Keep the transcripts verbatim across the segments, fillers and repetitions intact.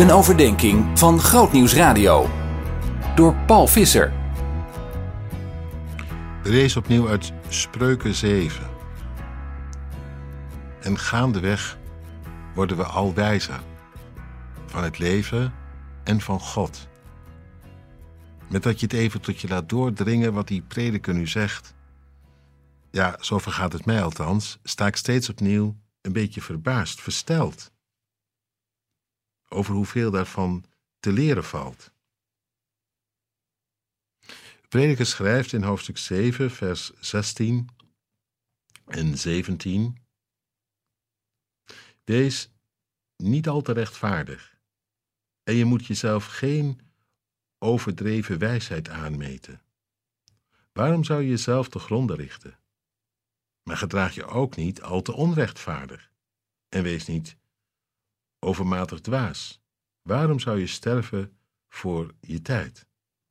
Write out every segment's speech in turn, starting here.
Een overdenking van Grootnieuws Radio. Door Paul Visser. Lees opnieuw uit Spreuken zeven. En gaandeweg worden we al wijzer. Van het leven en van God. Met dat je het even tot je laat doordringen wat die prediker nu zegt. Ja, zo vergaat het mij althans, sta ik steeds opnieuw een beetje verbaasd, versteld. Over hoeveel daarvan te leren valt. De prediker schrijft in hoofdstuk zeven, vers zestien en zeventien. Wees niet al te rechtvaardig. En je moet jezelf geen overdreven wijsheid aanmeten. Waarom zou je jezelf te gronden richten? Maar gedraag je ook niet al te onrechtvaardig. En wees niet overmatig dwaas. Waarom zou je sterven voor je tijd?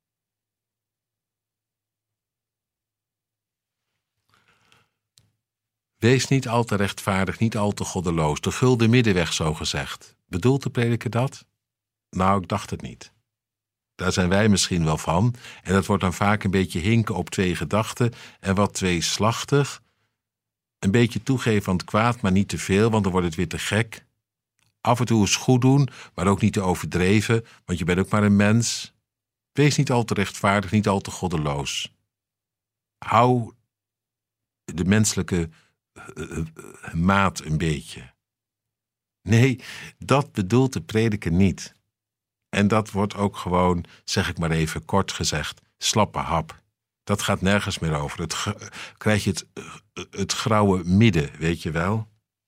Wees niet al te rechtvaardig, niet al te goddeloos. De gulden middenweg, zo gezegd. Bedoelt de prediker dat? Nou, ik dacht het niet. Daar zijn wij misschien wel van. En dat wordt dan vaak een beetje hinken op twee gedachten en wat tweeslachtig. Een beetje toegeven aan het kwaad, maar niet te veel, want dan wordt het weer te gek. Af en toe eens goed doen, maar ook niet te overdreven, want je bent ook maar een mens. Wees niet al te rechtvaardig, niet al te goddeloos. Hou de menselijke uh, uh, maat een beetje. Nee, dat bedoelt de prediker niet. En dat wordt ook gewoon, zeg ik maar even kort gezegd, slappe hap. Dat gaat nergens meer over. Het ge- krijg je het, het grauwe midden, weet je wel?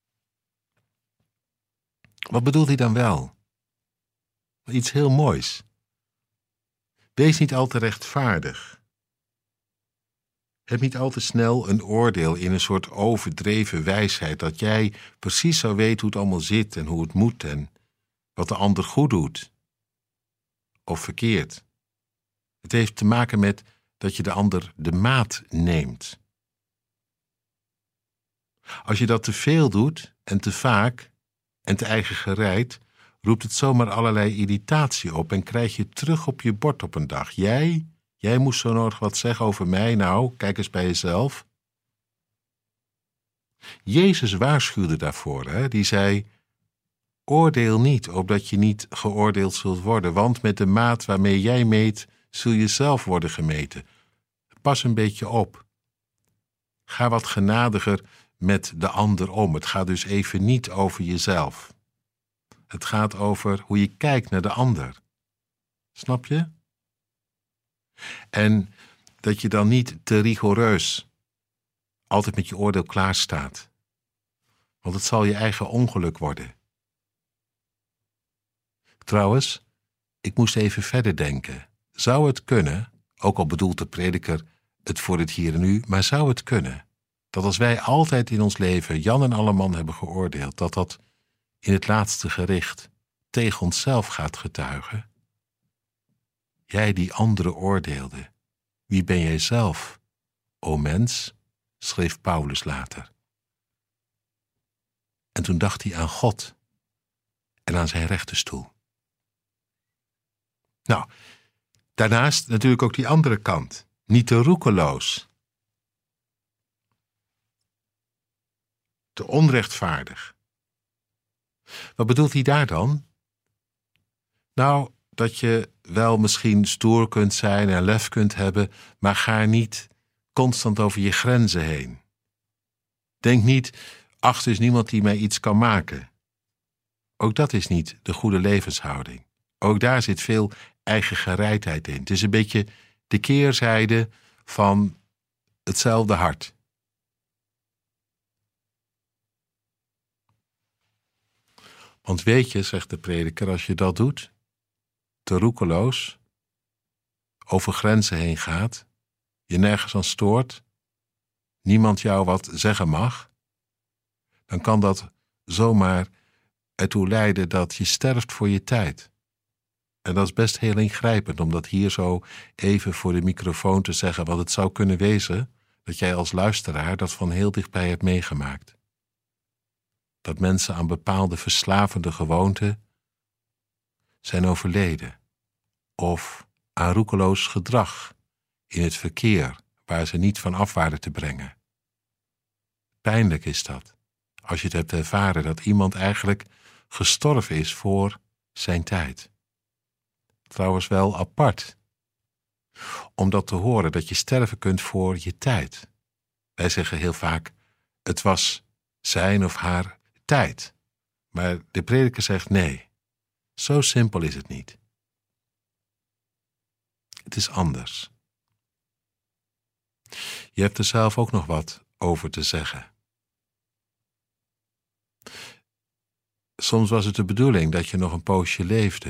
Wat bedoelt hij dan wel? Iets heel moois. Wees niet al te rechtvaardig. Heb niet al te snel een oordeel in een soort overdreven wijsheid, dat jij precies zou weten hoe het allemaal zit en hoe het moet en wat de ander goed doet. Of verkeerd. Het heeft te maken met dat je de ander de maat neemt. Als je dat te veel doet en te vaak en te eigen gereid, roept het zomaar allerlei irritatie op en krijg je terug op je bord op een dag. Jij, jij moest zo nodig wat zeggen over mij, nou, kijk eens bij jezelf. Jezus waarschuwde daarvoor, hè? Die zei, oordeel niet, opdat je niet geoordeeld zult worden, want met de maat waarmee jij meet, zul je zelf worden gemeten. Pas een beetje op. Ga wat genadiger met de ander om. Het gaat dus even niet over jezelf. Het gaat over hoe je kijkt naar de ander. Snap je? En dat je dan niet te rigoureus altijd met je oordeel klaarstaat. Want het zal je eigen ongeluk worden. Trouwens, ik moest even verder denken. Zou het kunnen, ook al bedoelt de prediker het voor het hier en nu, maar zou het kunnen, dat als wij altijd in ons leven Jan en alleman hebben geoordeeld, dat dat in het laatste gericht tegen onszelf gaat getuigen? Jij die anderen oordeelde, wie ben jij zelf, o mens, schreef Paulus later. En toen dacht hij aan God en aan zijn rechterstoel. Nou, daarnaast natuurlijk ook die andere kant. Niet te roekeloos. Te onrechtvaardig. Wat bedoelt hij daar dan? Nou, dat je wel misschien stoer kunt zijn en lef kunt hebben, maar ga niet constant over je grenzen heen. Denk niet, ach, er is niemand die mij iets kan maken. Ook dat is niet de goede levenshouding. Ook daar zit veel eigen gereidheid in. Het is een beetje de keerzijde van hetzelfde hart. Want weet je, zegt de prediker, als je dat doet, te roekeloos, over grenzen heen gaat, je nergens aan stoort, niemand jou wat zeggen mag, dan kan dat zomaar ertoe leiden dat je sterft voor je tijd. En dat is best heel ingrijpend om dat hier zo even voor de microfoon te zeggen, want het zou kunnen wezen dat jij als luisteraar dat van heel dichtbij hebt meegemaakt. Dat mensen aan bepaalde verslavende gewoonten zijn overleden. Of aan roekeloos gedrag in het verkeer waar ze niet van af waren te brengen. Pijnlijk is dat, als je het hebt ervaren dat iemand eigenlijk gestorven is voor zijn tijd. Trouwens wel apart, om dat te horen, dat je sterven kunt voor je tijd. Wij zeggen heel vaak, het was zijn of haar tijd. Maar de prediker zegt nee, zo simpel is het niet. Het is anders. Je hebt er zelf ook nog wat over te zeggen. Soms was het de bedoeling dat je nog een poosje leefde.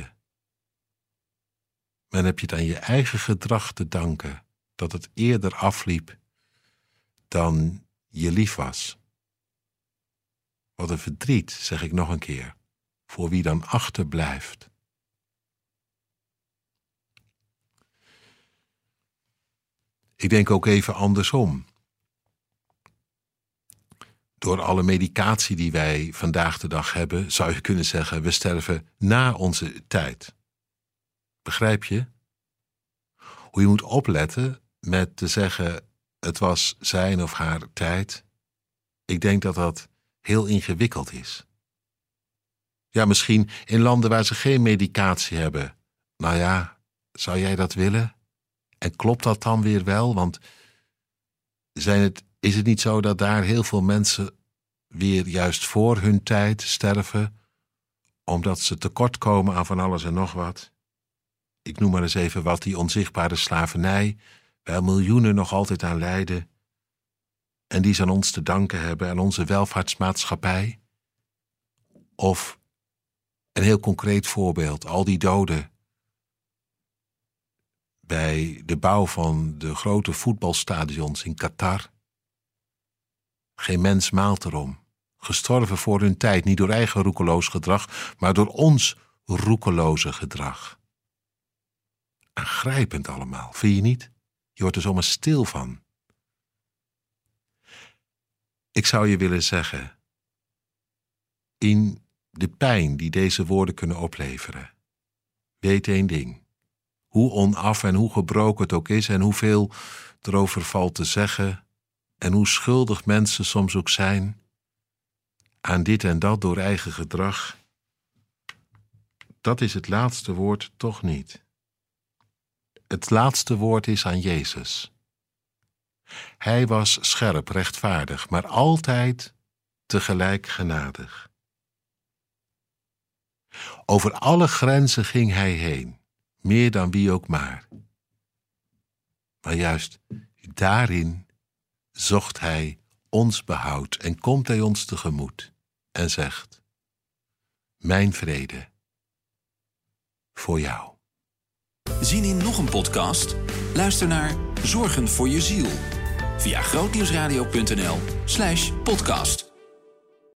Maar dan heb je het aan je eigen gedrag te danken dat het eerder afliep dan je lief was. Wat een verdriet, zeg ik nog een keer, voor wie dan achterblijft. Ik denk ook even andersom. Door alle medicatie die wij vandaag de dag hebben, zou je kunnen zeggen, we sterven na onze tijd. Begrijp je? Hoe je moet opletten met te zeggen, het was zijn of haar tijd. Ik denk dat dat heel ingewikkeld is. Ja, misschien in landen waar ze geen medicatie hebben. Nou ja, zou jij dat willen? En klopt dat dan weer wel? Want zijn het, is het niet zo dat daar heel veel mensen weer juist voor hun tijd sterven, omdat ze tekortkomen aan van alles en nog wat? Ik noem maar eens even wat, die onzichtbare slavernij, waar miljoenen nog altijd aan lijden, en die ze aan ons te danken hebben, aan onze welvaartsmaatschappij. Of een heel concreet voorbeeld, al die doden bij de bouw van de grote voetbalstadions in Qatar. Geen mens maalt erom. Gestorven voor hun tijd, niet door eigen roekeloos gedrag, maar door ons roekeloze gedrag. Aangrijpend allemaal, vind je niet? Je wordt er zomaar stil van. Ik zou je willen zeggen, in de pijn die deze woorden kunnen opleveren, weet één ding. Hoe onaf en hoe gebroken het ook is en hoeveel erover valt te zeggen en hoe schuldig mensen soms ook zijn aan dit en dat door eigen gedrag, dat is het laatste woord toch niet. Het laatste woord is aan Jezus. Hij was scherp, rechtvaardig, maar altijd tegelijk genadig. Over alle grenzen ging hij heen, meer dan wie ook maar. Maar juist daarin zocht hij ons behoud en komt hij ons tegemoet en zegt, mijn vrede voor jou. Zin in nog een podcast? Luister naar Zorgen voor je ziel via grootnieuwsradio punt n l slash podcast.